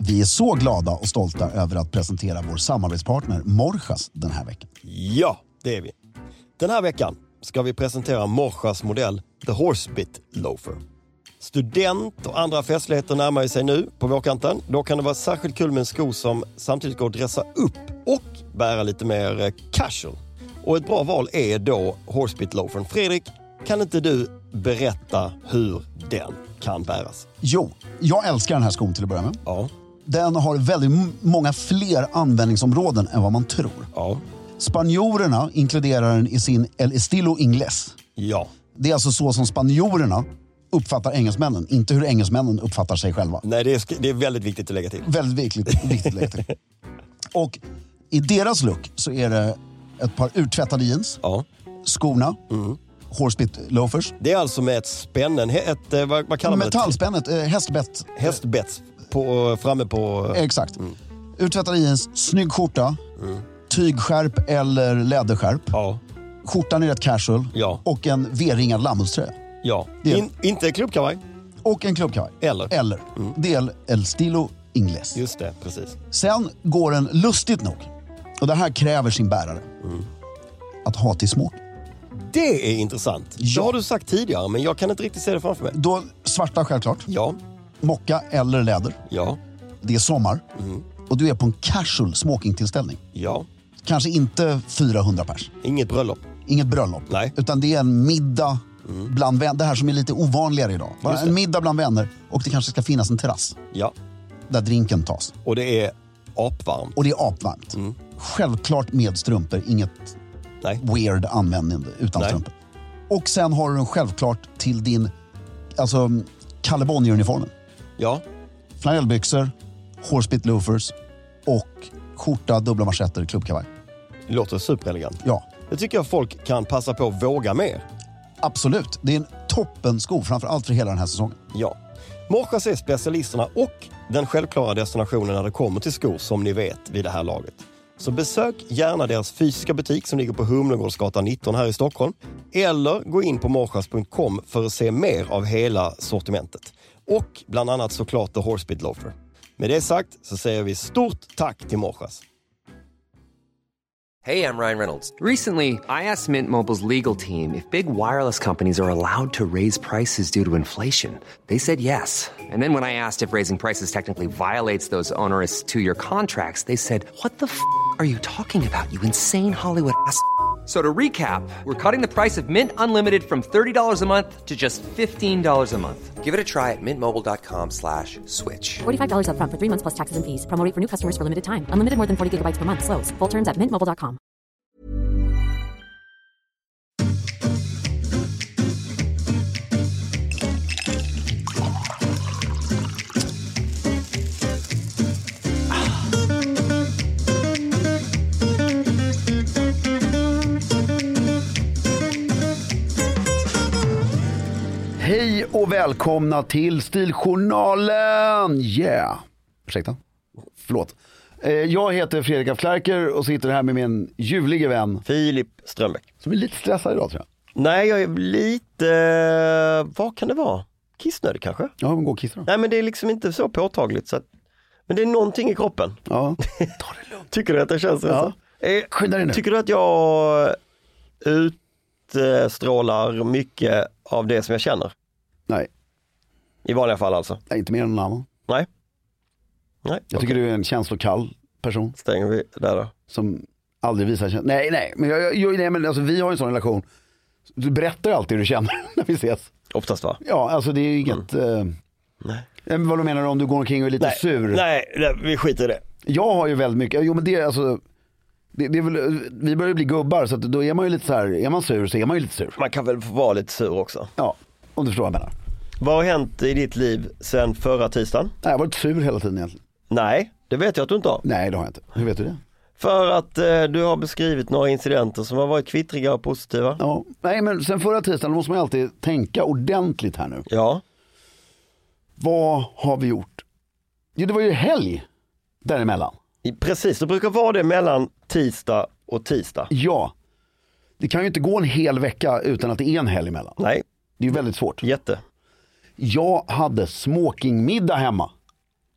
Vi är så glada och stolta över att presentera vår samarbetspartner Morjas den här veckan. Ja, det är vi. Den här veckan ska vi presentera Morjas modell The Horsebit Loafer. Student och andra festligheter närmar sig nu på vårkanten. Då kan det vara särskilt kul med en sko som samtidigt går att dressa upp och bära lite mer casual. Och ett bra val är då Horsebit Loafern. Fredrik, kan inte du berätta hur den kan bäras? Jo, jag älskar den här skon till att börja med. Ja. Den har väldigt många fler användningsområden än vad man tror. Ja. Spanjorerna inkluderar den i sin El Estilo Inglés. Ja. Det är alltså så som spanjorerna uppfattar engelsmännen, inte hur engelsmännen uppfattar sig själva. Nej, det är väldigt viktigt att lägga till. Väldigt viktigt att lägga till. Och i deras look så är det ett par uttvättade jeans, skorna, Horsebit loafers. Det är alltså med ett spännen, vad kallar man det? Metallspännet, hästbett. Hästbett framme på... Exakt. Uttvättade jeans, snygg skjorta, tygskärp eller läderskärp. Ja. Skjortan är rätt casual och en V-ringad lammullströja. Ja, inte klubbkavaj. Och en klubbkavaj. Eller. Det är El Estilo Inglés. Just det, precis. Sen går den lustigt nog, och det här kräver sin bärare, att ha till smoking. Det är intressant. Det har du sagt tidigare, men jag kan inte riktigt se det framför mig. Då svarta självklart. Ja. Mocka eller läder. Ja. Det är sommar. Och du är på en casual smokingtillställning. Ja. Kanske inte 400 pers. Inget bröllop. Inget bröllop. Nej. Utan det är en middag bland vänner. Det här som är lite ovanligare idag. Bara en middag bland vänner. Och det kanske ska finnas en terrass. Ja. Där drinken tas. Och det är apvarmt. Och det är apvarmt. Självklart med strumpor. Inget weird användning utan strumpor. Och sen har du den självklart till din Kalle Bonnier-uniformen. Ja. Flanellbyxor, Horsebit loafers och skjorta, dubbla manschetter, klubbkavaj. Det låter superelegant. Ja. Det tycker jag folk kan passa på att våga mer. Absolut. Det är en toppen sko, framförallt för hela den här säsongen. Ja. Morjas är specialisterna och den självklara destinationen när det kommer till skor, som ni vet vid det här laget. Så besök gärna deras fysiska butik som ligger på Humlegårdsgatan 19 här i Stockholm. Eller gå in på morjas.com för att se mer av hela sortimentet. Och bland annat såklart The Horsebit Loafer. Med det sagt så säger vi stort tack till Morjas. Hey, I'm Ryan Reynolds. Recently, I asked Mint Mobile's legal team if big wireless companies are allowed to raise prices due to inflation. They said yes. And then when I asked if raising prices technically violates those onerous two-year contracts, they said, "What the f*** are you talking about, you insane Hollywood ass?" So to recap, we're cutting the price of Mint Unlimited from $30 a month to just $15 a month. Give it a try at mintmobile.com/switch. $45 up front for 3 months plus taxes and fees. Promo rate for new customers for limited time. Unlimited more than 40 gigabytes per month. Slows full terms at mintmobile.com. Hej och välkomna till Stiljournalen! Yeah! Ursäkta? Förlåt. Jag heter Fredrik af Klerker och sitter här med min ljuvlige vän Filip Strömbäck. Som är lite stressad idag, tror jag. Nej, jag är lite... vad kan det vara? Kissnödig kanske? Ja, men gå och kissa då. Nej, men det är liksom inte så påtagligt. Så att... Men det är någonting i kroppen. Ja, ta det lugnt. Tycker du att det känns så? Skynda dig nu. Tycker du att jag utstrålar mycket av det som jag känner? Nej. I vanliga fall alltså? Nej, inte mer än någon annan. Nej. Jag tycker du är en känslokall person. Stänger vi där då? Som aldrig visar känslor. Nej. Men alltså, vi har en sån relation. Du berättar alltid hur du känner när vi ses. Oftast va? Ja, alltså det är ju inget... Nej. Vad du menar om du går omkring och är lite sur? Nej, vi skiter i det. Jag har ju väldigt mycket... Jo, men det är alltså... Det är väl, vi börjar bli gubbar, så att då är man ju lite så här... Är man sur så är man ju lite sur. Man kan väl få vara lite sur också. Ja, om du förstår vad jag menar. Vad har hänt i ditt liv sen förra tisdagen? Nej, jag har varit sur hela tiden egentligen. Nej, det vet jag att du inte har. Nej, det har jag inte. Hur vet du det? För att du har beskrivit några incidenter som har varit kvittriga och positiva. Ja, nej men sen förra tisdagen måste man alltid tänka ordentligt här nu. Ja. Vad har vi gjort? Jo, det var ju helg däremellan. Precis, det brukar vara det mellan tisdag och tisdag. Ja, det kan ju inte gå en hel vecka utan att det är en helg emellan. Nej. Det är ju väldigt svårt. Jätte. Jag hade smokingmiddag hemma.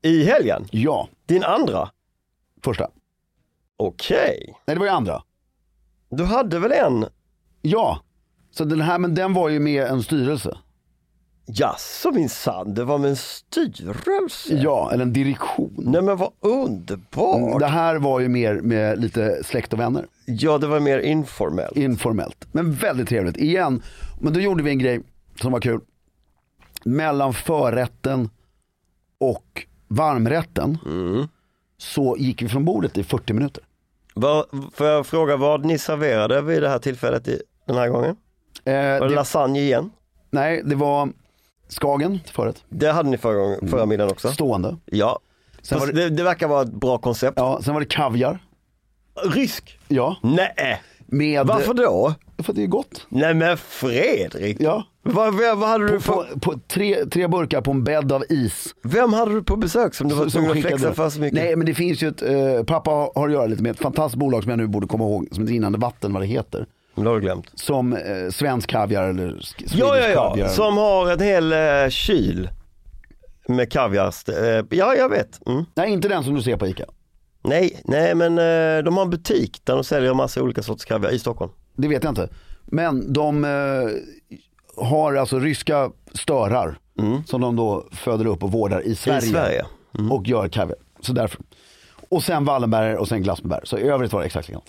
I helgen? Ja, Din andra? första. Okej. Nej, det var ju andra. Du hade väl en? Ja, så den här, men den var ju med en styrelse. Jaså minsann, det var med en styrelse? Ja, eller en direktion. Nej men vad underbart. Det här var ju mer med lite släkt och vänner. Ja, det var mer informellt. Informellt, men väldigt trevligt. Igen, men då gjorde vi en grej som var kul. Mellan förrätten och varmrätten så gick vi från bordet i 40 minuter. Får jag fråga vad ni serverade vid det här tillfället den här gången? Var det lasagne igen? Nej, det var skagen till förrätt. Det hade ni förra middagen också? Stående. Ja. Sen var det verkar vara ett bra koncept. Ja, sen var det kaviar. Rysk? Ja. Nej. Med, varför då? för att det är gott. Nej men Fredrik. Ja. Vad hade du på tre burkar på en bädd av is. Vem hade du på besök som du var tvungen att flexa för så mycket? Nej, men det finns ju ett, pappa har att göra lite med ett fantastiskt bolag som jag nu borde komma ihåg, som är Rinnande vatten, vad det heter. Det har du glömt. Som svensk kaviar eller Ja. Som har en hel kyl med kaviar. Ja, jag vet. Nej, inte den som du ser på Ica. Nej, men de har en butik där de säljer en massa olika sorters kaviar i Stockholm. Det vet jag inte. Men de har alltså ryska störar som de då föder upp och vårdar i Sverige. Och gör kaviar. Så därför. Och sen Wallenberg och sen glass med bär. Så i övrigt var det exakt likadant.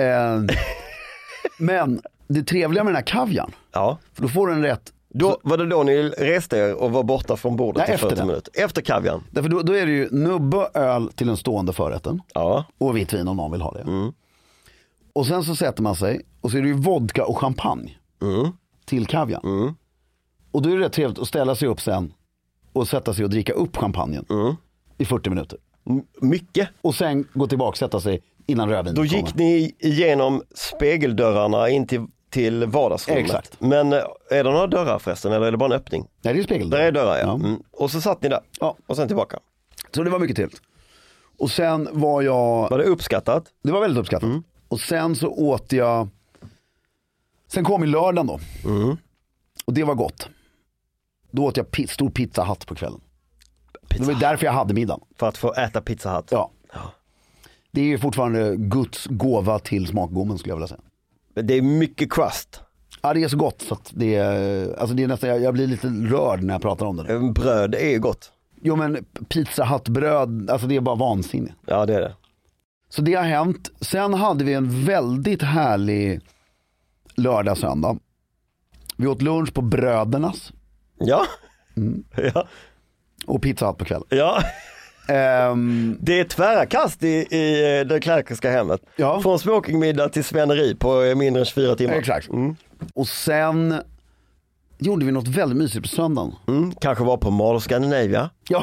Men det trevliga med den här kaviarn, för då får du en rätt. Var det då ni reste er och var borta från bordet i 40 minuter? Efter kaviarn? Därför då är det ju nubbe öl till den stående förrätten. Ja. Och vitt vin om någon vill ha det. Och sen så sätter man sig och så är det ju vodka och champagne till kaviarn. Och då är det rätt trevligt att ställa sig upp sen och sätta sig och dricka upp champagnen i 40 minuter. Mycket. Och sen gå tillbaka och sätta sig innan rödvin. Då gick ni igenom spegeldörrarna in till vardagsrummet. Exakt. Men är det några dörrar förresten eller är det bara en öppning? Nej, det är spegeldörrar. Där är dörrar, ja. Och så satt ni där. Ja. Och sen tillbaka. Så det var mycket trevligt. Och sen var jag... Var det uppskattat? Det var väldigt uppskattat. Och sen så åt jag... Sen kom i lördagen då. Och det var gott. Då åt jag stor Pizza Hut på kvällen. Det var därför jag hade middagen. För att få äta Pizza Hut? Ja. Det är ju fortfarande Guds gåva till smakgommen, skulle jag vilja säga. Det är mycket crust. Ja, det är så gott så att det är nästan, jag blir lite rörd när jag pratar om det. Bröd är ju gott. Jo, men Pizza Hut-bröd, alltså det är bara vansinnigt. Ja, det är det. Så det har hänt. Sen hade vi en väldigt härlig lördag-söndag. Vi åt lunch på Brödernas. Ja. Ja. Och Pizza Hut på kvällen. Ja. Det är tvära kast i det Clarkiska hemmet. Ja. Från smokingmiddag till svenneri på mindre än 24 timmar. Exakt. Och sen gjorde vi något väldigt mysigt på söndagen. Kanske var på Mall of Scandinavia. Ja.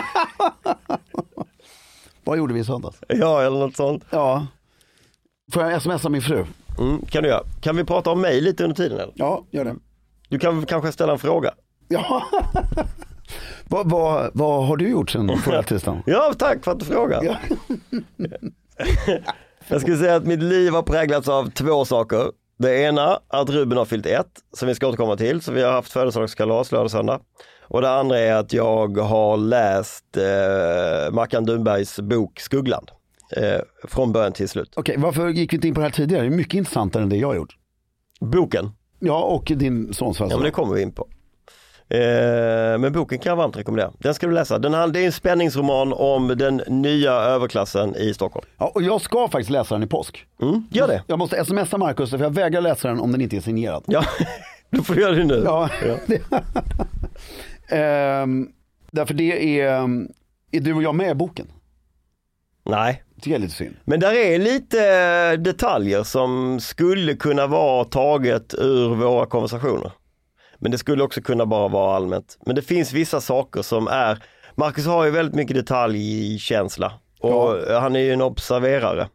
Vad gjorde vi i söndags? Ja, eller något sånt. Ja. Får jag smsa min fru? Kan du göra. Kan vi prata om mig lite under tiden? Eller? Ja, gör det. Du kan kanske ställa en fråga. Ja. Vad har du gjort sen förra tisdagen? Ja, tack för att du frågar. Ja. Jag skulle säga att mitt liv har präglats av 2 saker. Det ena, att Ruben har fyllt 1, som vi ska återkomma till. Så vi har haft födelsedagskalas lördag och söndag. Och det andra är att jag har läst Mackan Dunbergs bok Skuggland. Från början till slut. Okej, varför gick vi inte in på det här tidigare? Det är mycket intressantare än det jag har gjort. Boken? Ja, och din sons födelsedag. Ja, men det kommer vi in på. Men boken kan jag varmt rekommendera. Den ska du läsa. Det är en spänningsroman om den nya överklassen i Stockholm. Ja, och jag ska faktiskt läsa den i påsk. Gör det. Jag måste smsa Marcus för jag vägrar läsa den om den inte är signerad. Ja, du får göra det nu. Ja. Därför det är du och jag med i boken? Nej. Det tycker jag är lite synd. Men där är lite detaljer som skulle kunna vara taget ur våra konversationer. Men det skulle också kunna bara vara allmänt. Men det finns vissa saker som är... Marcus har ju väldigt mycket detaljkänsla. Och han är ju en observerare.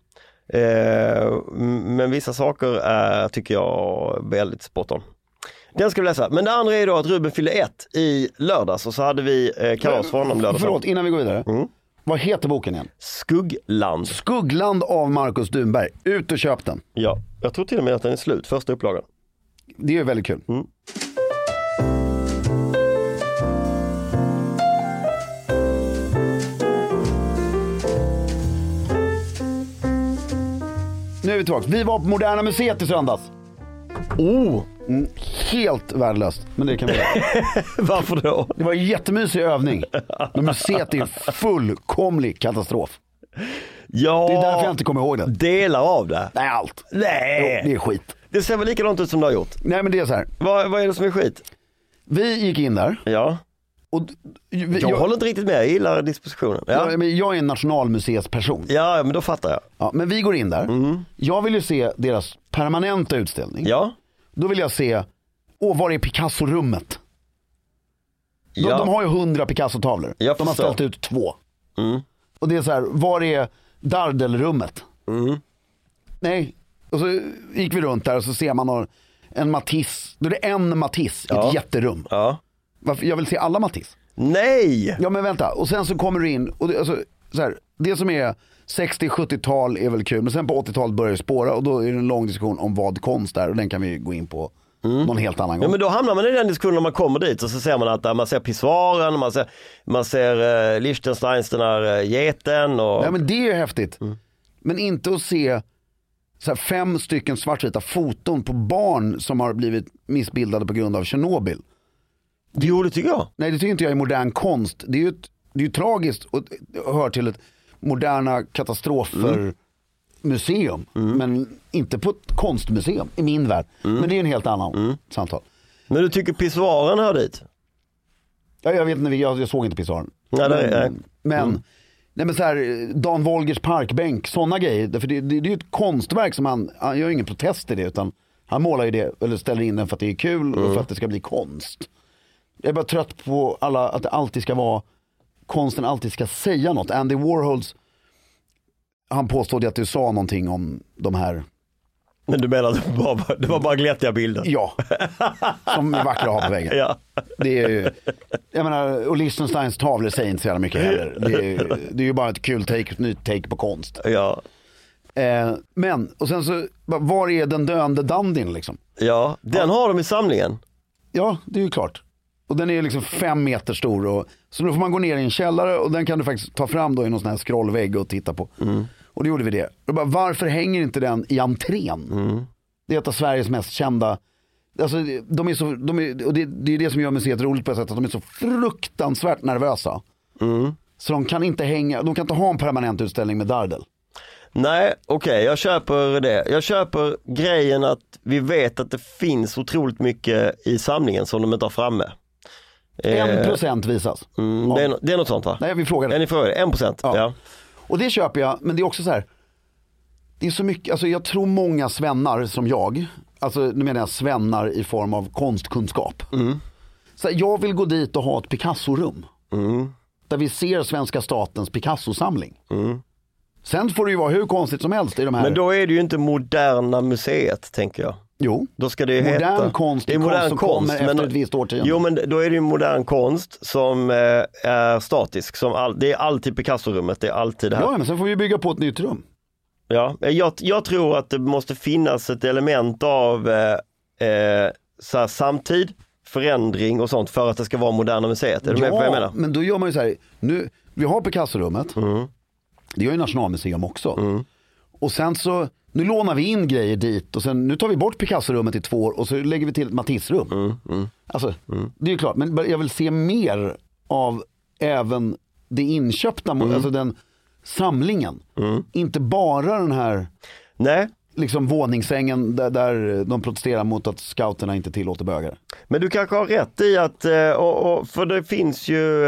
Men vissa saker är, tycker jag, väldigt spot on. Den ska vi läsa. Men det andra är då att Ruben fyllde 1 i lördags. Och så hade vi kalas för honom lördags. Förlåt, innan vi går vidare. Vad heter boken igen? Skuggland. Skuggland av Marcus Dunberg. Ut och köp den. Ja, jag tror till och med att den är slut. Första upplagan. Det är ju väldigt kul. Nu är vi tillbaka. Vi var på Moderna Museet i söndags. Helt värdelöst, men det kan vi göra. Varför då? Det var en jättemysig övning. Men museet är fullkomlig katastrof. Ja, det är därför jag inte kommer ihåg det. Delar av det? Nej, allt. Nej. Jo, det är skit. Det ser väl likadant ut som du har gjort? Nej, men det är så här. Vad är det som är skit? Vi gick in där. Ja. Och jag håller inte riktigt med, jag gillar dispositionen. Ja. Men jag är en nationalmuseetsperson. Ja, men då fattar jag. Ja, men vi går in där. Jag vill ju se deras permanenta utställning. Ja. Då vill jag se, var är Picasso-rummet? Ja. De har ju 100 Picasso-tavlor. De har ställt ut 2. Och det är så här, var är Dardel-rummet? Nej. Och så gick vi runt där och så ser man en Matisse. Då är det en Matisse i ett jätterum. Ja. Jag vill se alla Matisse. Nej! Ja, men vänta. Och sen så kommer du in och det som är 60-70-tal är väl kul, men sen på 80-talet börjar det spåra och då är det en lång diskussion om vad konst är och den kan vi gå in på någon helt annan gång. Ja, men då hamnar man i den diskussionen när man kommer dit och så ser man att man ser pissoaren, man ser Liechtensteins den här geten och... Ja, men det är ju häftigt. Men inte att se så här 5 stycken svartvita foton på barn som har blivit missbildade på grund av Tjernobyl. Jo, det tycker jag. Nej, det tycker inte jag är modern konst. Det är ju tragiskt och hör till ett moderna katastrofer museum, men inte på ett konstmuseum i min värld. Men det är en helt annan samtal. Men du tycker pissoaren hör dit? Ja, jag vet inte, jag såg inte pissoaren. Men så här, Dan Wolgers parkbänk, sådana grejer, för det är ju ett konstverk som han gör ingen protest i det, utan han målar ju det eller ställer in den för att det är kul och för att det ska bli konst. Jag är bara trött på att det alltid ska vara, konsten alltid ska säga något. Andy Warhols, han påstod att du sa någonting om de här. Men du menar att det var bara glättiga bilder? Ja, som är vackra att ha på väggen. Ja. Det är ju, jag menar, och Liechtensteins tavlor säger inte så jävla mycket heller. Det är ju bara ett kul nytt take på konst. Ja. Men, och sen så, var är den döende dandin liksom? Ja, den har de i samlingen. Ja, det är ju klart. Och den är liksom 5 meter stor. Så då får man gå ner i en källare och den kan du faktiskt ta fram då i någon sån här scrollvägg och titta på. Och då gjorde vi det. Och bara, varför hänger inte den i entrén? Det är ett av Sveriges mest kända. Alltså, och det är det som gör museet roligt på ett sätt, att de är så fruktansvärt nervösa. Så de kan inte ha en permanent utställning med Dardel. Nej, okej, jag köper det. Jag köper grejen att vi vet att det finns otroligt mycket i samlingen som de inte har framme. 1% visas. Det är något sånt, va? Nej, vi frågade. 1%, ja. Och det köper jag, men det är också så här. Det är så mycket, alltså jag tror många svennar som jag, alltså nu menar jag svennar i form av konstkunskap. Så jag vill gå dit och ha ett Picasso-rum. Där vi ser svenska statens Picasso-samling. Sen får det ju vara hur konstigt som helst i de här. Men då är det ju inte Moderna Museet, tänker jag. Jo, då ska det modern heta. Konst, det är modern som konst kommer efter ett visst årtionde. Jo, men då är det ju modern konst som är statisk. Det är alltid Picasso-rummet, det är alltid det här. Ja, men sen får vi bygga på ett nytt rum. Ja, jag tror att det måste finnas ett element av så här, samtid, förändring och sånt för att det ska vara Moderna Museet. Är du med på vad jag menar? Men då gör man ju så här, vi har Picasso-rummet. Det gör ju Nationalmuseum också. Och sen så, nu lånar vi in grejer dit och sen, nu tar vi bort Picasso-rummet i 2 år och så lägger vi till ett Matisse-rum. Alltså, det är ju klart, men jag vill se mer av även det inköpta, alltså den samlingen. Inte bara den här liksom våningssängen där de protesterar mot att scouterna inte tillåter bögar. Men du kanske har rätt i att, för det finns ju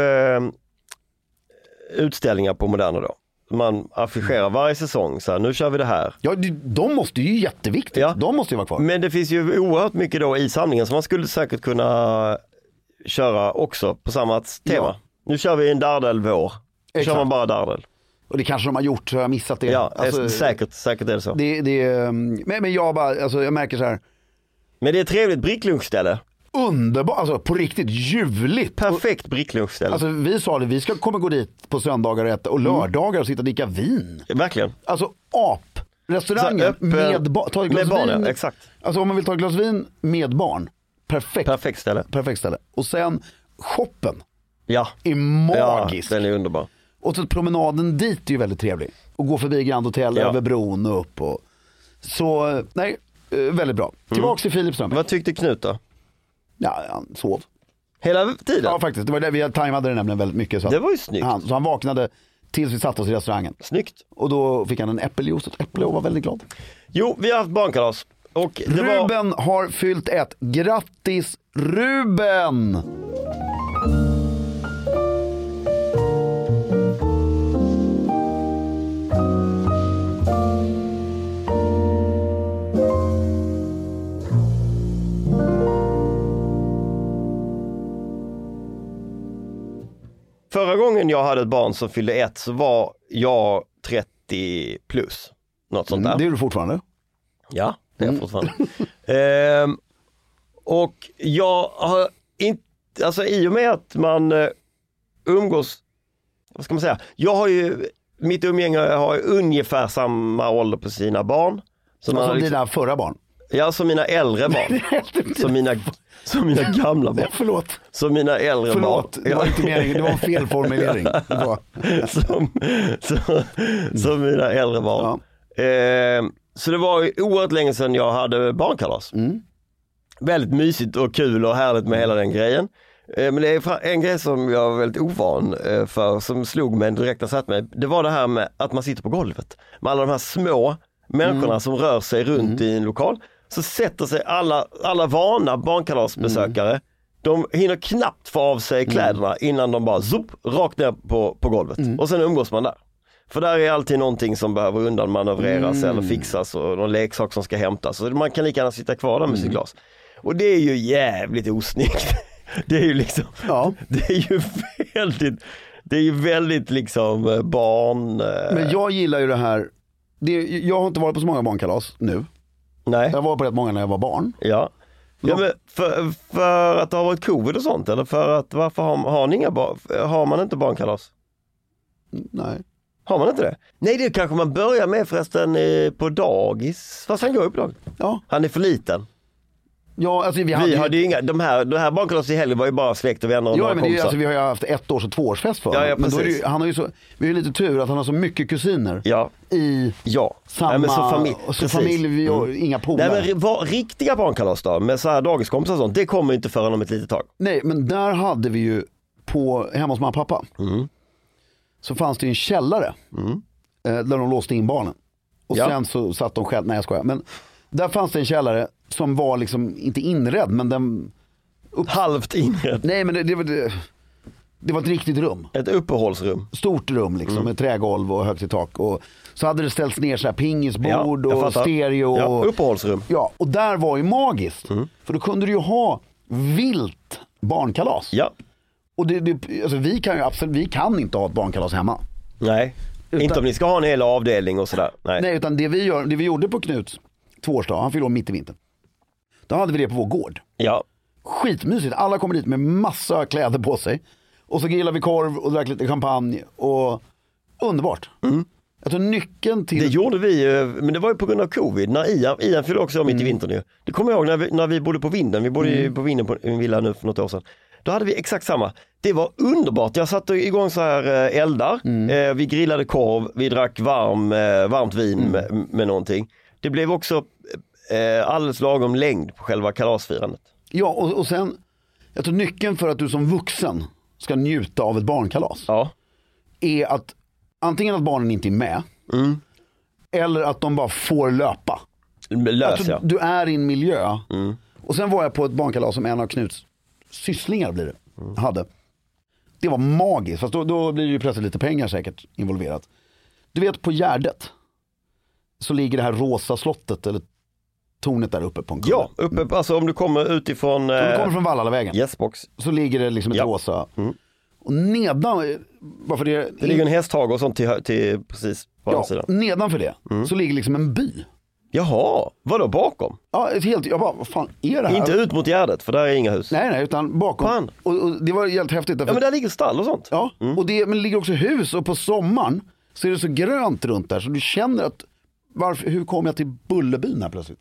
utställningar på Moderna då. Man affischerar varje säsong, så här, nu kör vi det här. Ja, de måste ju jätteviktigt. Ja. De måste ju vara kvar. Men det finns ju oerhört mycket då i samlingen som man skulle säkert kunna köra också på samma tema. Ja. Nu kör vi en Dardel-vår. Nu kör man bara Dardel. Och det kanske de har gjort, så jag har missat det. Ja, alltså, säkert är det så. Men jag bara, alltså jag märker så här. Men det är ett trevligt bricklunchställe. Underbart, alltså på riktigt ljuvligt. Perfekt bricklunchställe. Alltså vi sa det, vi kommer gå dit på söndagar och äta och lördagar och sitta och dricka vin. Verkligen. Alltså restaurangen med barn, exakt. Alltså om man vill ta ett glas vin med barn. Perfekt ställe. Och sen shoppen. Ja. Är magisk. Ja, den är underbar. Och så promenaden dit är ju väldigt trevlig. Och gå förbi Grand Hotel över bron och upp och Så nej, väldigt bra. Tillbaks till Filipström. Vad tyckte Knut då? Ja, han sov. Hela tiden? Ja, faktiskt. Det var det, vi tajmade det nämligen väldigt mycket. Så det var ju snyggt. Så han vaknade tills vi satt oss i restaurangen. Snyggt. Och då fick han en äppeljuice och ett äpple och var väldigt glad. Jo, vi har haft barnkalas. Och det Ruben har fyllt 1. Grattis Ruben! Förra gången jag hade ett barn som fyllde 1 så var jag 30 plus. Något sånt där. Det är du fortfarande. Ja, det är jag fortfarande. Och jag har inte, alltså i och med att man umgås, vad ska man säga? Jag har ju, mitt umgänge har ungefär samma ålder på sina barn. Som dina förra barn. Ja, som mina äldre barn. som mina gamla barn. Förlåt. Som mina äldre Förlåt, barn. det var inte meningen, det var en felformulering. Som mina äldre barn. Ja. Så det var ju oerhört länge sedan jag hade barnkalas. Väldigt mysigt och kul och härligt med hela den grejen. Men det är en grej som jag var väldigt ovan för, som slog mig direkt när jag satt mig. Det var det här med att man sitter på golvet. Med alla de här små människorna som rör sig runt i en lokal. Så sätter sig alla vana barnkalasbesökare. De hinner knappt få av sig kläderna innan de bara rakt ner på golvet. Och sen umgås man där. För där är alltid någonting som behöver undanmanövreras eller fixas och någon leksak som ska hämtas. Så man kan lika gärna sitta kvar där med sitt glas. Och det är ju jävligt osnyggt. Det är ju liksom, det är ju väldigt liksom barn. Men jag gillar ju det här. Jag har inte varit på så många barnkalas nu. Nej. Jag var på rätt många när jag var barn. Ja. Ja, men för att det har varit covid och sånt, eller för att varför har ni inga har man inte barnkalas? Nej. Har man inte det? Nej, det kanske man börjar med förresten på dagis. Fast han går upp dag. Ja. Han är för liten. Ja, alltså vi hade ju inga, de här barnkalas i helgen var ju bara släkt och vänner och några men kompisar. alltså, vi har ju haft 1 års och 2 årsfest för ja, men då är det, han har ju så, vi har ju lite tur att han har så mycket kusiner i samma men så familj, vi har inga polare. Nej, men riktiga barnkalas då, med så här dagiskompisar och sånt, det kommer inte förrän om ett litet tag. Nej, men där hade vi ju hemma hos mamma och pappa så fanns det ju en källare där de låste in barnen. Och sen så satt de själv, nej jag skojar, men där fanns det en källare som var liksom inte inredd, men den halvt inredd. Nej, men det var ett riktigt rum. Ett uppehållsrum. Stort rum liksom, med trägolv och högt i tak. Och så hade det ställts ner så här pingisbord och stereo. Ja, uppehållsrum. Ja, och där var ju magiskt. För då kunde du ju ha vilt barnkalas. Ja. Och alltså, vi kan inte ha ett barnkalas hemma. Nej, inte om ni ska ha en hel avdelning och sådär. Nej, utan det vi gjorde på Knuts 2-årsdag, han fyllde mitt i vintern. Då hade vi det på vår gård. Ja. Skitmysigt, alla kommer dit med massa kläder på sig. Och så grillade vi korv och drack lite champagne. Och underbart. Alltså nyckeln till... Det gjorde vi, men det var ju på grund av covid. När Ian fyllde också mitt i vintern nu. Det kommer jag ihåg när vi bodde på Vinden. Vi bodde på Vinden på en villa nu för något år sedan. Då hade vi exakt samma. Det var underbart. Jag satte igång så här eldar. Vi grillade korv. Vi drack varmt vin med någonting. Det blev också alldeles lagom längd på själva kalasfirandet. Ja, och sen, jag tror nyckeln för att du som vuxen ska njuta av ett barnkalas är att antingen att barnen inte är med eller att de bara får löpa. Alltså, du är i en miljö. Och sen var jag på ett barnkalas som en av Knuts sysslingar hade. Det var magiskt, fast då blir det ju plötsligt lite pengar säkert involverat. Du vet, på Gärdet så ligger det här rosa slottet eller tornet där uppe på en kulle. Ja, uppe, alltså om du kommer utifrån... Om du kommer från Vallalavägen. Yesbox. Så ligger det liksom ett rosa. Och nedan... Varför det ligger en hästhage och sånt till precis på andra sidan. Nedanför det så ligger liksom en by. Jaha, vadå bakom? Ja, jag bara, vad fan är det här? Inte ut mot Gärdet, för där är inga hus. Nej, utan bakom. Och det var helt häftigt. Därför... Ja, men där ligger stall och sånt. Ja, och men det ligger också hus. Och på sommaren så är det så grönt runt där. Så du känner att, hur kom jag till Bullerbyn här plötsligt?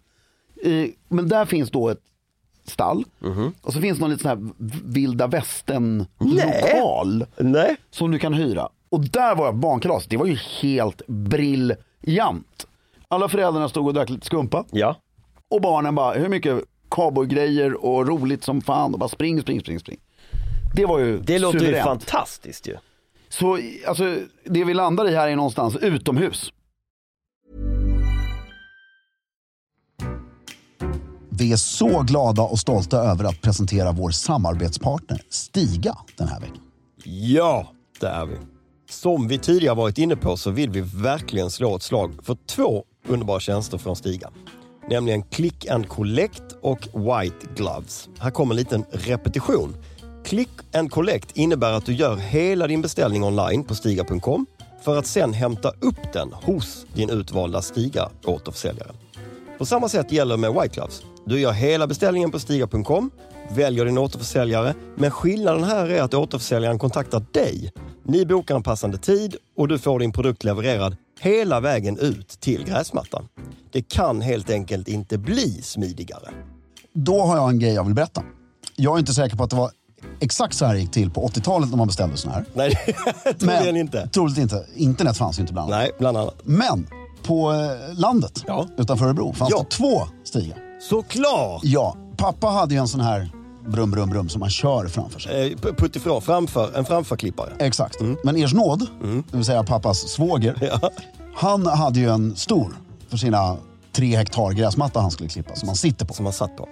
Men där finns då ett stall. Och så finns någon liten sån här vilda västern lokal som du kan hyra. Och där var jag barnkalas. Det var ju helt briljant. Alla föräldrarna stod och drack lite skumpa. Ja. Och barnen bara, hur mycket cowboygrejer och roligt som fan. Och bara spring. Det var ju det låter suveränt. Ju fantastiskt ju. Så alltså, det vi landar i här är någonstans utomhus. Vi är så glada och stolta över att presentera vår samarbetspartner Stiga den här veckan. Ja, det är vi. Som vi tidigare varit inne på så vill vi verkligen slå ett slag för 2 underbara tjänster från Stiga. Nämligen Click and Collect och White Gloves. Här kommer en liten repetition. Click and Collect innebär att du gör hela din beställning online på stiga.com för att sen hämta upp den hos din utvalda Stiga-återförsäljare. På samma sätt gäller med White Gloves. Du gör hela beställningen på stiga.com, väljer din återförsäljare, men skillnaden här är att återförsäljaren kontaktar dig. Ni bokar en passande tid och du får din produkt levererad hela vägen ut till gräsmattan. Det kan helt enkelt inte bli smidigare. Då har jag en grej jag vill berätta. Jag är inte säker på att det var exakt så här gick till på 80-talet när man beställde sån här. Nej, troligen inte. Troligt inte. Internet fanns ju inte bland annat. Nej, bland annat. Men på landet utanför Örebro fanns det 2 Stiga. Såklart! Ja, pappa hade ju en sån här brum som man kör framför sig. Puttifrån, en framförklippare. Exakt. Men Ers nåd, det vill säga pappas svåger, han hade ju en stor för sina 3 hektar gräsmatta han skulle klippa som han sitter på. Som han satt på.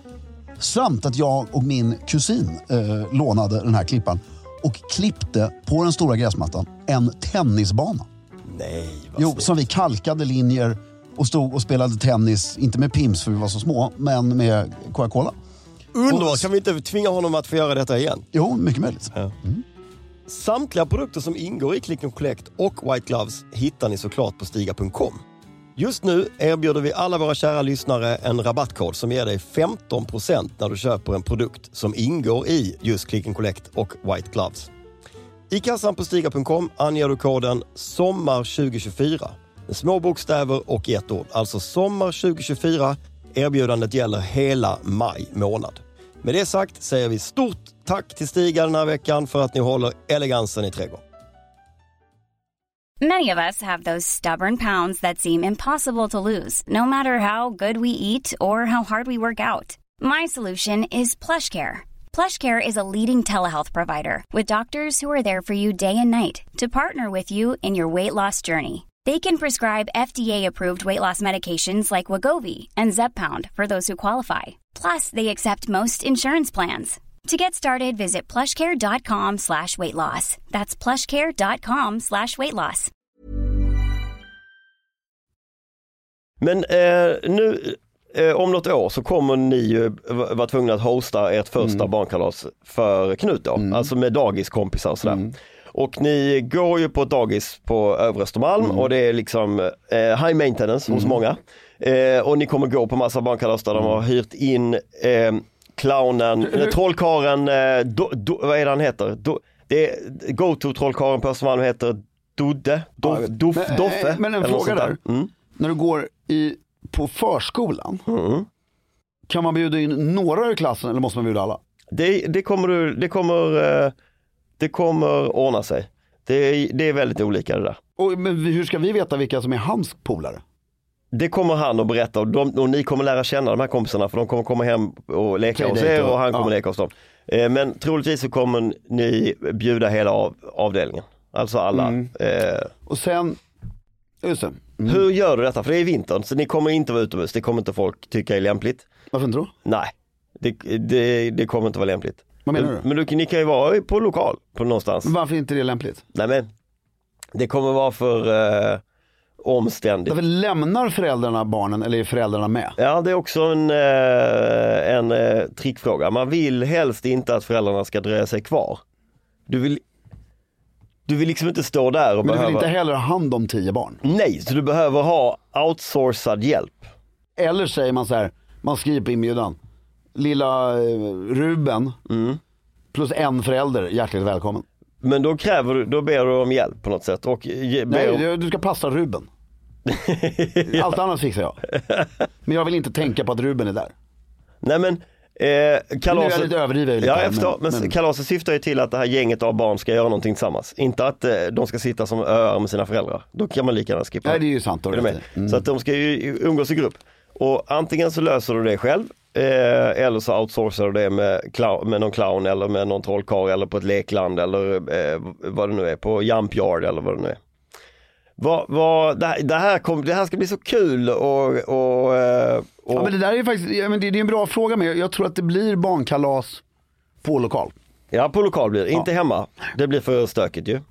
Samt att jag och min kusin lånade den här klippan och klippte på den stora gräsmattan en tennisbana. Nej, vad Jo, som vi kalkade linjer och stod och spelade tennis, inte med Pims för vi var så små, men med Coca-Cola. Underbart, kan vi inte tvinga honom att få göra detta igen? Jo, mycket möjligt. Ja. Samtliga produkter som ingår i Click and Collect och White Gloves hittar ni såklart på stiga.com. Just nu erbjuder vi alla våra kära lyssnare en rabattkod som ger dig 15% när du köper en produkt som ingår i just Click and Collect och White Gloves. I kassan på stiga.com anger du koden SOMMAR2024 med små bokstäver och ett ord. Alltså SOMMAR2024. Erbjudandet gäller hela maj månad. Med det sagt säger vi stort tack till Stiga den här veckan för att ni håller elegansen i trädgården. Many of us have those stubborn pounds that seem impossible to lose, no matter how good we eat or how hard we work out. My solution is PlushCare. PlushCare is a leading telehealth provider with doctors who are there for you day and night to partner with you in your weight loss journey. They can prescribe FDA-approved weight loss medications like Wegovy and Zepbound for those who qualify. Plus, they accept most insurance plans. To get started, visit plushcare.com/weightloss. That's plushcare.com/weightloss. Men nu, om något år så kommer ni ju vara tvungna att hosta ert första barnkalas för Knut då. Alltså med dagiskompisar och sådär. Och ni går ju på ett dagis på Övre Östermalm och det är liksom high maintenance hos många. Och ni kommer gå på massa barnkalas där de har hyrt in clownen, trollkaren, vad är det han heter? Det är go-to-trollkaren på Östermalm heter Doffe. Men en fråga där. När du går på förskolan, kan man bjuda in några i klassen eller måste man bjuda alla? Det kommer ordna sig. Det är väldigt olika det där. Men hur ska vi veta vilka som är hans polare? Det kommer han att berätta och ni kommer lära känna de här kompisarna för de kommer komma hem och leka hos er och han kommer leka hos dem. Men troligtvis så kommer ni bjuda hela avdelningen. Alltså alla. Och sen, just det. Hur gör du detta? För det är vintern så ni kommer inte vara utomhus. Det kommer inte folk tycka är lämpligt. Varför inte då? Nej, det kommer inte vara lämpligt. Vad menar du? Men ni kan ju vara på lokal på någonstans. Men varför inte det är lämpligt? Nej men, det kommer vara för omständigt. Därför lämnar föräldrarna barnen eller är föräldrarna med? Ja, det är också en trickfråga. Man vill helst inte att föräldrarna ska dröja sig kvar. Du vill liksom inte stå där och men behöva... du vill inte heller ha hand om 10 barn? Nej, så du behöver ha outsourcad hjälp. Eller säger man så här, man skriver på inbjudan. Lilla Ruben plus en förälder, hjärtligt välkommen. Men då ber du om hjälp på något sätt. Och nej, du ska passa Ruben. Allt annat fixar jag. Men jag vill inte tänka på att Ruben är där. Nej men, Kalaset, nu är jag lite överdriven lite. Ja, jag förstår, men kalaset syftar ju till att det här gänget av barn ska göra någonting tillsammans. Inte att de ska sitta som öar med sina föräldrar. Då kan man lika gärna skippa. Nej, det är ju sant. Så att de ska ju umgås i grupp. Och antingen så löser du det själv, eller så outsourcar du det med någon clown eller med någon trollkarl eller på ett lekland eller vad det nu är, på Jump Yard eller vad det nu är. Det här ska bli så kul och Ja, men det där är faktiskt, det är en bra fråga, men jag tror att det blir barnkalas på lokal. Ja, på lokal blir det, inte hemma. Det blir för stökigt ju.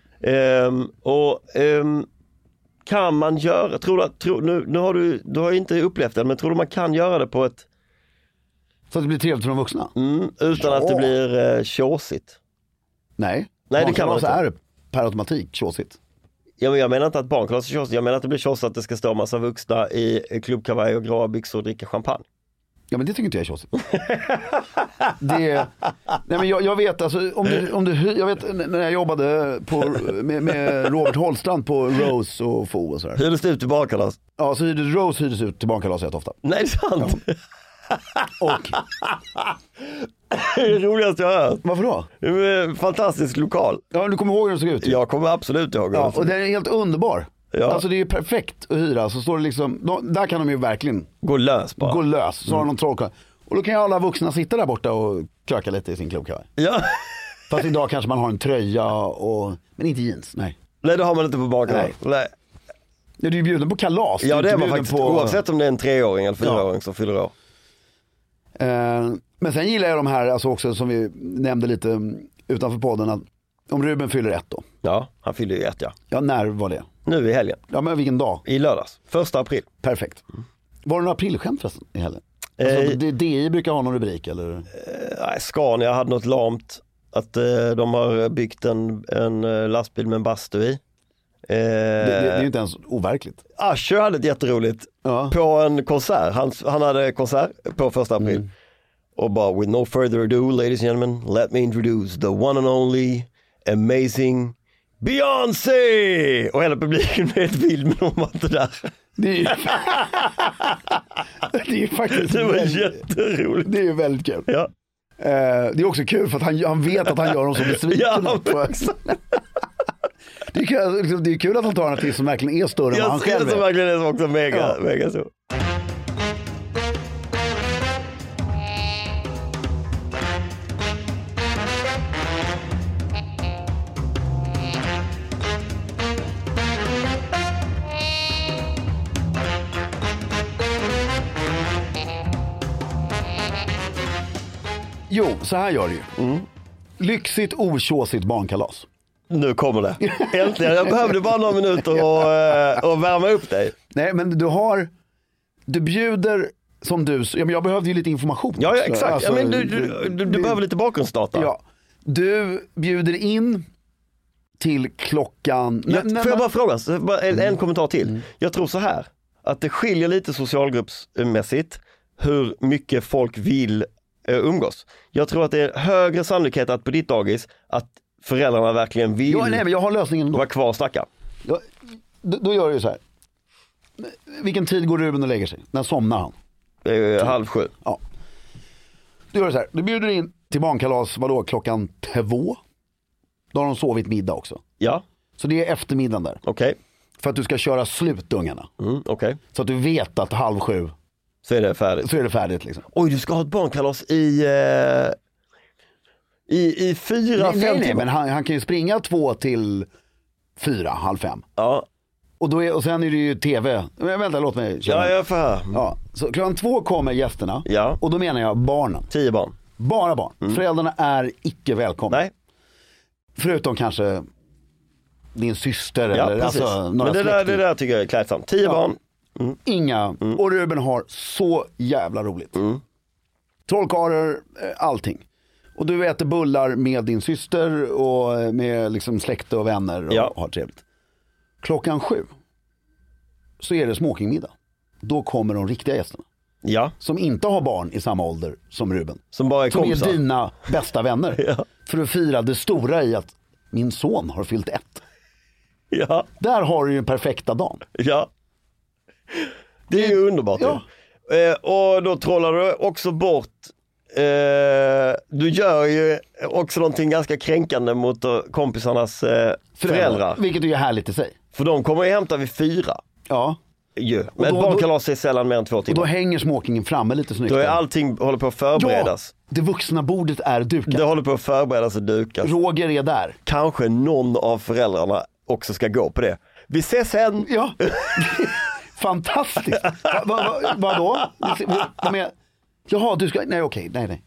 Kan man göra, nu har du har inte upplevt det, men tror du man kan göra det på ett... Så att det blir trevligt för de vuxna? Utan att det blir tjåsigt. Nej, det kan man inte. Är per automatik tjåsigt. Ja, men jag menar inte att barnkalas är tjåsigt. Jag menar att det blir tjåsigt att det ska stå en massa vuxna i klubbkavaj och gråa byxor och dricka champagne. Ja, men det tycker inte jag är tjåsigt. Nej, men jag vet alltså, jag vet när jag jobbade med Robert Holstrand på Rose och Fo och sådär. Hyrdes det ut till barnkalas? Ja, så Rose hyrdes ut till barnkalas rätt ofta. Nej, det är sant. Ja. Och det är det roligaste jag har hört. Varför då? Det är en fantastisk lokal. Ja, du kommer ihåg hur den såg ut? Jag kommer absolut ihåg den. Ja, och den är helt underbar. Ja. Alltså det är ju perfekt att hyra. Så står det liksom, där kan de ju verkligen gå lös. Så har de någon trollkarl. Och då kan ju alla vuxna sitta där borta och kröka lite i sin klubbkavaj. Ja. Fast idag kanske man har en tröja men inte jeans, nej. Nej, det har man inte på barnkalas. Nej. Ja, du är ju bjuden på kalas. Ja, det är man faktiskt. Oavsett om det är en 3-åring eller 4-åring som fyller år. Men sen gillar jag de här alltså också, som vi nämnde lite utanför podden, att om Ruben fyller 1 då. Ja, han fyller ju 1, ja. Ja, när var det? Nu i helgen. Ja, men vilken dag? I lördags, 1 april. Perfekt. Var det några aprilskämt förresten i helgen? Alltså, DI brukar ha någon rubrik eller? Nej, Scania hade något lamt. Att de har byggt en lastbil med en bastu i. Det är ju inte ens overkligt. Usher hade ett jätteroligt på en konsert. Han hade konsert på 1 april. Och bara, with no further ado, ladies and gentlemen, let me introduce the one and only amazing Beyoncé! Och hela publiken med ett bild, men hon var inte där. Det är ju faktiskt det var jätteroligt. Det är ju väldigt kul. Ja. Det är också kul för att han vet att han gör dem så besviken. Det är kul att han tar en artist som verkligen är större än vad han själv är. Jag ser som verkligen är också mega så. Jo, så här gör det ju. Lyxigt, otjåsigt barnkalas. Nu kommer det. Äntligen, jag behövde bara några minuter och värma upp dig. Nej, men du bjuder som du, jag behövde ju lite information. Ja, exakt. Alltså, men du behöver lite bakgrundsdata. Ja. Du bjuder in till klockan... Får jag bara fråga, en kommentar till. Jag tror så här, att det skiljer lite socialgruppsmässigt hur mycket folk vill umgås. Jag tror att det är högre sannolikhet att på ditt dagis att föräldrarna verkligen vill men jag har lösningen vara kvar och snacka. Då gör jag ju så här. Vilken tid går Ruben och lägger sig? När somnar han? 6:30. Ja. Du gör så här. Du bjuder in till barnkalas, vadå, klockan 2? Då har de sovit middag också. Ja. Så det är eftermiddagen där. Okej. För att du ska köra slut ungarna. Okej. Så att du vet att 6:30 så är det färdigt. Liksom. Oj, du ska ha ett barnkalas i 4-5 timmar. Nej, men han kan ju springa 2 till 4, 4:30. Ja. Och sen är det ju tv. Men vänta, låt mig köra. Ja, jag får höra. Ja, så klockan 2 kommer gästerna. Ja. Och då menar jag barnen. 10 barn. Bara barn. Föräldrarna är icke välkomna. Nej. Förutom kanske din syster ja, eller precis. alltså några men det där tycker jag är klädsamt. 10 barn. Inga. Och Ruben har så jävla roligt. Trollkarlar, allting. Och du äter bullar med din syster och med liksom släkt och vänner och har trevligt. Klockan 7 så är det smokingmiddag. Då kommer de riktiga gästerna. Ja. Som inte har barn i samma ålder som Ruben. Som bara är som kompisar. är dina bästa vänner. För att fira det stora i att min son har fyllt 1. Ja. Där har du ju en perfekta dagen. Ja. Det är ju underbart. Ja. Och då trollar du också bort du gör ju också någonting ganska kränkande mot kompisarnas föräldrar. Vilket är ju härligt i sig. För de kommer ju hämta vid 4. Ja. Men ett barnkalas är sällan mer än 2 timmar. Och då hänger smokingen framme lite snyggt. Då är allting håller på att förberedas. Ja, det vuxna bordet är dukat. Det håller på att förberedas och dukas. Roger är där. Kanske någon av föräldrarna också ska gå på det. Vi ses sen. Ja. Fantastiskt. Vadå? Jaha, du ska... Nej, okej. Nej.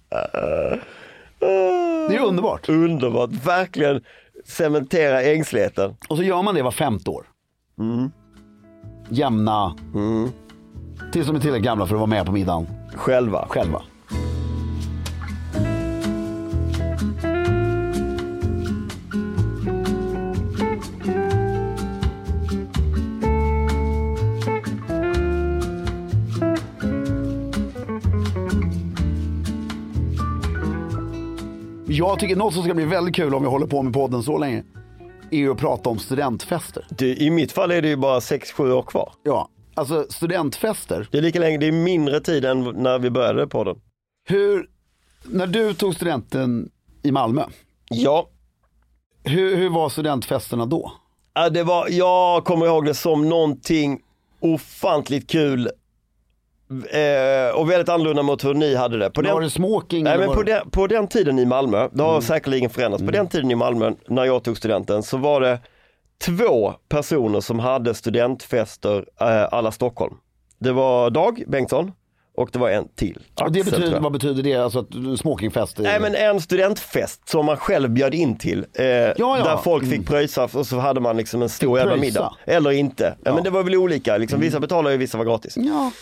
Det är underbart. Underbart. Verkligen cementera ängsligheten. Och så gör man det var 5:e år. Jämna. Tills de är tillräckligt gamla för att vara med på middagen. Själva. Jag tycker något som ska bli väldigt kul om vi håller på med podden så länge är ju att prata om studentfester. I mitt fall är det ju bara 6-7 år kvar. Ja, alltså studentfester. Det är lika länge, det är mindre tid än när vi började på den. När du tog studenten i Malmö. Ja. Hur var studentfesterna då? Ja, jag kommer ihåg det som någonting ofantligt kul. Och väldigt annorlunda mot hur ni hade det. Var det smoking? Nej, men på den tiden i Malmö, det har säkerligen förändrats. På den tiden i Malmö, när jag tog studenten, så var det 2 personer som hade studentfester alla Stockholm. Det var Dag Bengtsson och det var en till. Axel, vad betyder det? Alltså att smokingfest? Nej, men en studentfest som man själv bjöd in till. Där folk fick pröjsa och så hade man liksom en stor jävla middag. Eller inte. Ja. Men det var väl olika. Liksom, vissa betalade och vissa var gratis. Ja.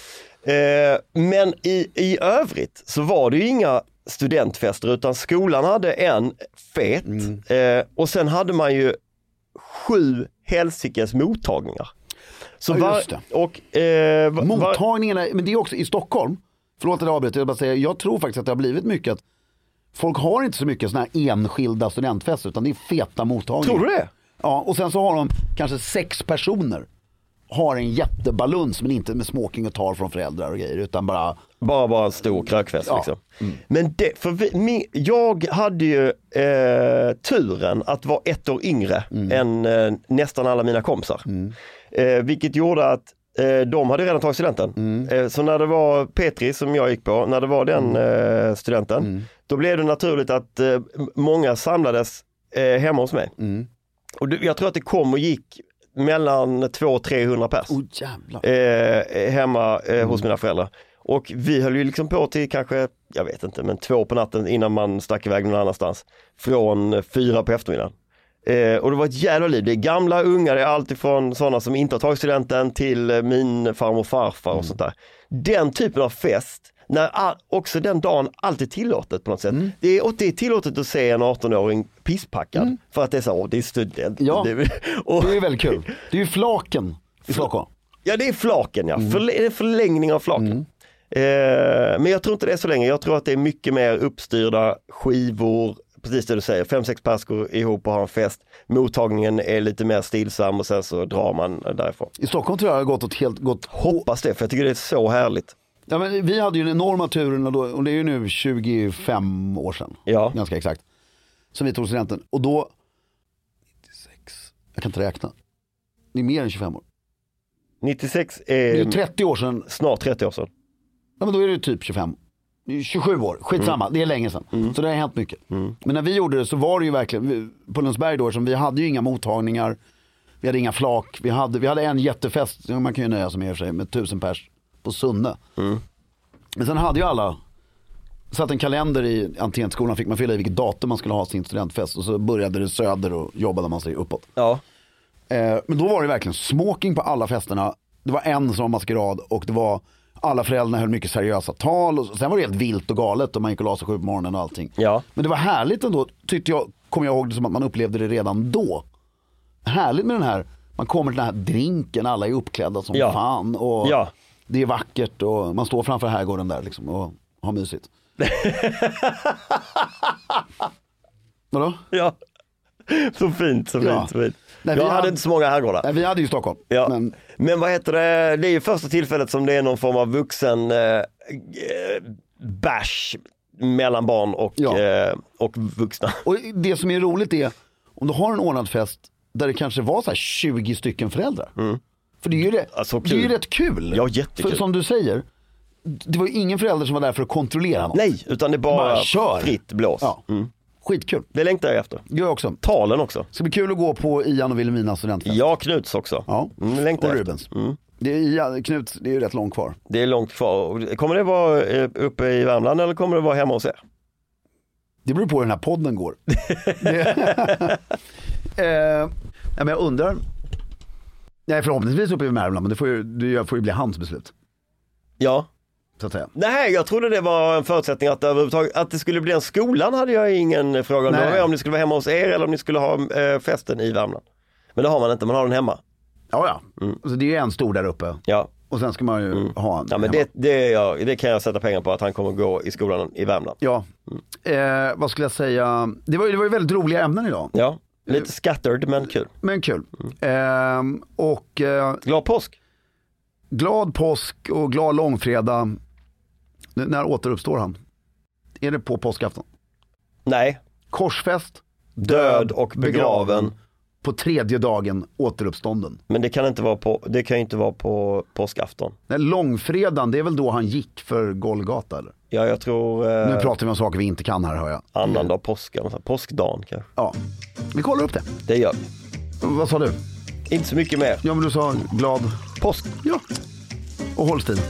Men i övrigt så var det ju inga studentfester, utan skolan hade en fet och sen hade man ju 7 helsikes mottagningar. Så just det. Mottagningarna, men det är också i Stockholm, förlåt att jag avbryter, jag tror faktiskt att det har blivit mycket att folk har inte så mycket såna här enskilda studentfester, utan det är feta mottagningar. Tror du det? Ja, och sen så har de kanske 6 personer har en jättebaluns, men inte med smoking och tal från föräldrar och grejer, utan bara en stor krökfest liksom. Men jag hade ju turen att vara 1 år yngre än nästan alla mina kompisar. Vilket gjorde att de hade redan tagit studenten. Så när det var Petri som jag gick på, när det var den studenten, då blev det naturligt att många samlades hemma hos mig. Och jag tror att det kom och gick mellan 200-300 pers hemma hos mina föräldrar. Och vi höll ju liksom på till kanske, jag vet inte, men 2 på natten innan man stack iväg någon annanstans. Från 4 på eftermiddagen. Och det var ett jävla liv. Det är gamla, unga, det är allt ifrån sådana som inte har tagit studenten till min farmor och farfar och sånt där. Den typen av fest, när också den dagen allt är tillåtet på något sätt. Det är tillåtet att se en 18-åring pisspackad för att det är så, det är student. Ja, det är väldigt kul. Det är ju Flaken i Stockholm. Ja, det är Flaken, ja. Det är förlängning av Flaken. Men jag tror inte det är så länge. Jag tror att det är mycket mer uppstyrda skivor, precis det du säger. 5-6 pers går ihop och har en fest. Mottagningen är lite mer stillsam och sen så drar man därifrån. I Stockholm tror jag det har gått hoppas det, för jag tycker det är så härligt. Ja, men vi hade ju den enorma turen och det är ju nu 25 år sedan. Ja. Ganska exakt. Som vi tog studenten. Och då 96. Jag kan inte räkna. Det är mer än 25 år. 96 är... Det är 30 år sedan. Snart 30 år sedan. Ja, men då är det typ 25. 27 år. Skitsamma. Det är länge sedan. Så det har hänt mycket. Men när vi gjorde det så var det ju verkligen på Lundsberg då, som vi hade ju inga mottagningar. Vi hade inga flak. Vi hade en jättefest. Man kan ju nöja sig med sig med 1000 pers på Sunne. Men sen hade ju alla satt en kalender i Antensskolan, fick man fylla i vilket datum man skulle ha sin studentfest, och så började det söder och jobbade man sig uppåt. Ja. Men då var det verkligen smoking på alla festerna. Det var en som var maskerad och det var alla föräldrarna höll mycket seriösa tal, och sen var det helt vilt och galet och man gick och la sig 7 på morgonen och allting. Ja. Men det var härligt ändå, tyckte jag, kom jag ihåg det som att man upplevde det redan då. Härligt med den här, man kommer till den här drinken, alla är uppklädda som fan och det är vackert och man står framför herrgården där liksom och har mysigt. Vadå? Ja, så fint, så fint, så fint. Nej, jag hade inte så många herrgårdar. Nej, vi hade ju Stockholm. Ja. Men vad heter det? Det är ju första tillfället som det är någon form av vuxen bash mellan barn och vuxna. Och det som är roligt är om du har en ordnad fest där det kanske var så här 20 stycken föräldrar. För det är ju, det är ju rätt kul. Ja, jättekul. För som du säger, det var ju ingen förälder som var där för att kontrollera något. Nej, utan det är bara kör. Fritt blås. Ja. Skitkul. Det längtar jag efter. Jag också. Talen också. Ska bli kul att gå på Ian och Wilhelminas studentfest. Ja, Knuts också. Ja, det längtar och jag Rubens. Det är Knut, det är ju rätt långt kvar. Det är långt kvar. Kommer det vara uppe i Värmland eller kommer det vara hemma hos er? Det beror på hur den här podden går. Men jag undrar. Nej, förhoppningsvis uppe i Värmland, men det får ju bli hans beslut. Ja. Så att säga. Nej, jag trodde det var en förutsättning att det skulle bli en skolan hade jag ingen fråga om. Det var om ni skulle vara hemma hos er eller om ni skulle ha festen i Värmland. Men det har man inte, man har den hemma. Ja. Alltså, det är ju en stor där uppe. Ja. Och sen ska man ju ha en. Ja, men det kan jag sätta pengar på att han kommer gå i skolan i Värmland. Ja. Vad skulle jag säga? Det var ju väldigt roliga ämnen idag. Ja, lite scattered men kul. Glad påsk. Glad påsk och glad långfredag. När återuppstår han? Är det på påskafton? Nej. Korsfäst, död och begraven. På tredje dagen återuppstånden. Men det kan inte vara på påskafton. Nej, långfredagen, det är väl då han gick för Golgata eller? Ja, jag tror... Nu pratar vi om saker vi inte kan här, hör jag. Annandag påsken, påskdagen kanske. Ja, vi kollar upp det. Det gör vi. Vad sa du? Inte så mycket mer. Ja, men du sa glad påsk. Ja, och håll stil.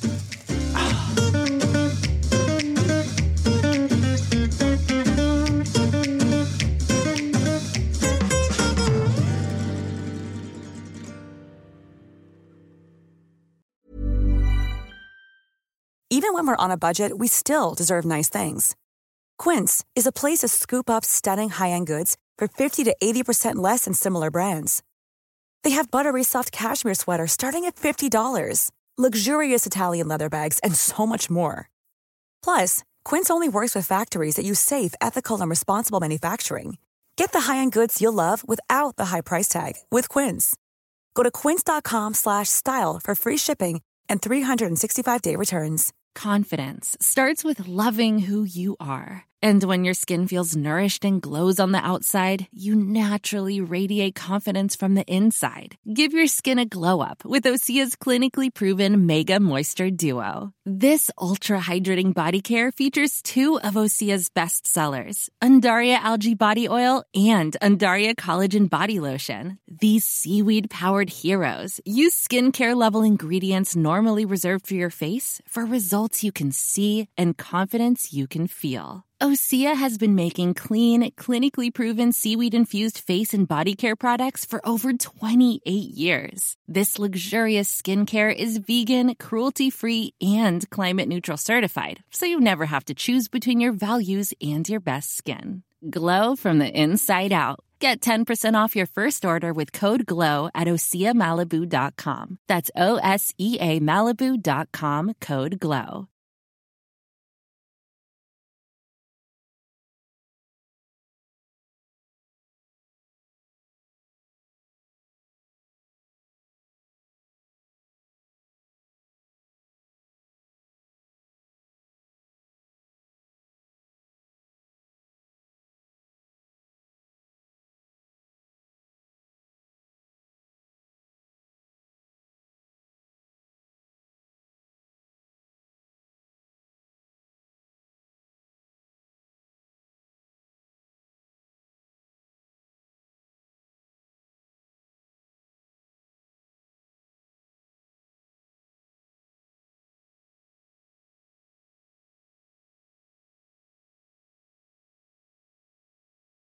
Even when we're on a budget, we still deserve nice things. Quince is a place to scoop up stunning high-end goods for 50 to 80% less than similar brands. They have buttery soft cashmere sweaters starting at $50, luxurious Italian leather bags, and so much more. Plus, Quince only works with factories that use safe, ethical, and responsible manufacturing. Get the high-end goods you'll love without the high price tag with Quince. Go to quince.com/style for free shipping and 365-day returns. Confidence starts with loving who you are. And when your skin feels nourished and glows on the outside, you naturally radiate confidence from the inside. Give your skin a glow up with Osea's clinically proven Mega Moisture Duo. This ultra-hydrating body care features 2 of Osea's best sellers, Undaria Algae Body Oil and Undaria Collagen Body Lotion. These seaweed-powered heroes use skincare-level ingredients normally reserved for your face for results you can see and confidence you can feel. Osea has been making clean, clinically proven seaweed-infused face and body care products for over 28 years. This luxurious skincare is vegan, cruelty-free, and climate-neutral certified, so you never have to choose between your values and your best skin. Glow from the inside out. Get 10% off your first order with code GLOW at OseaMalibu.com. That's OSEAMalibu.com, code GLOW.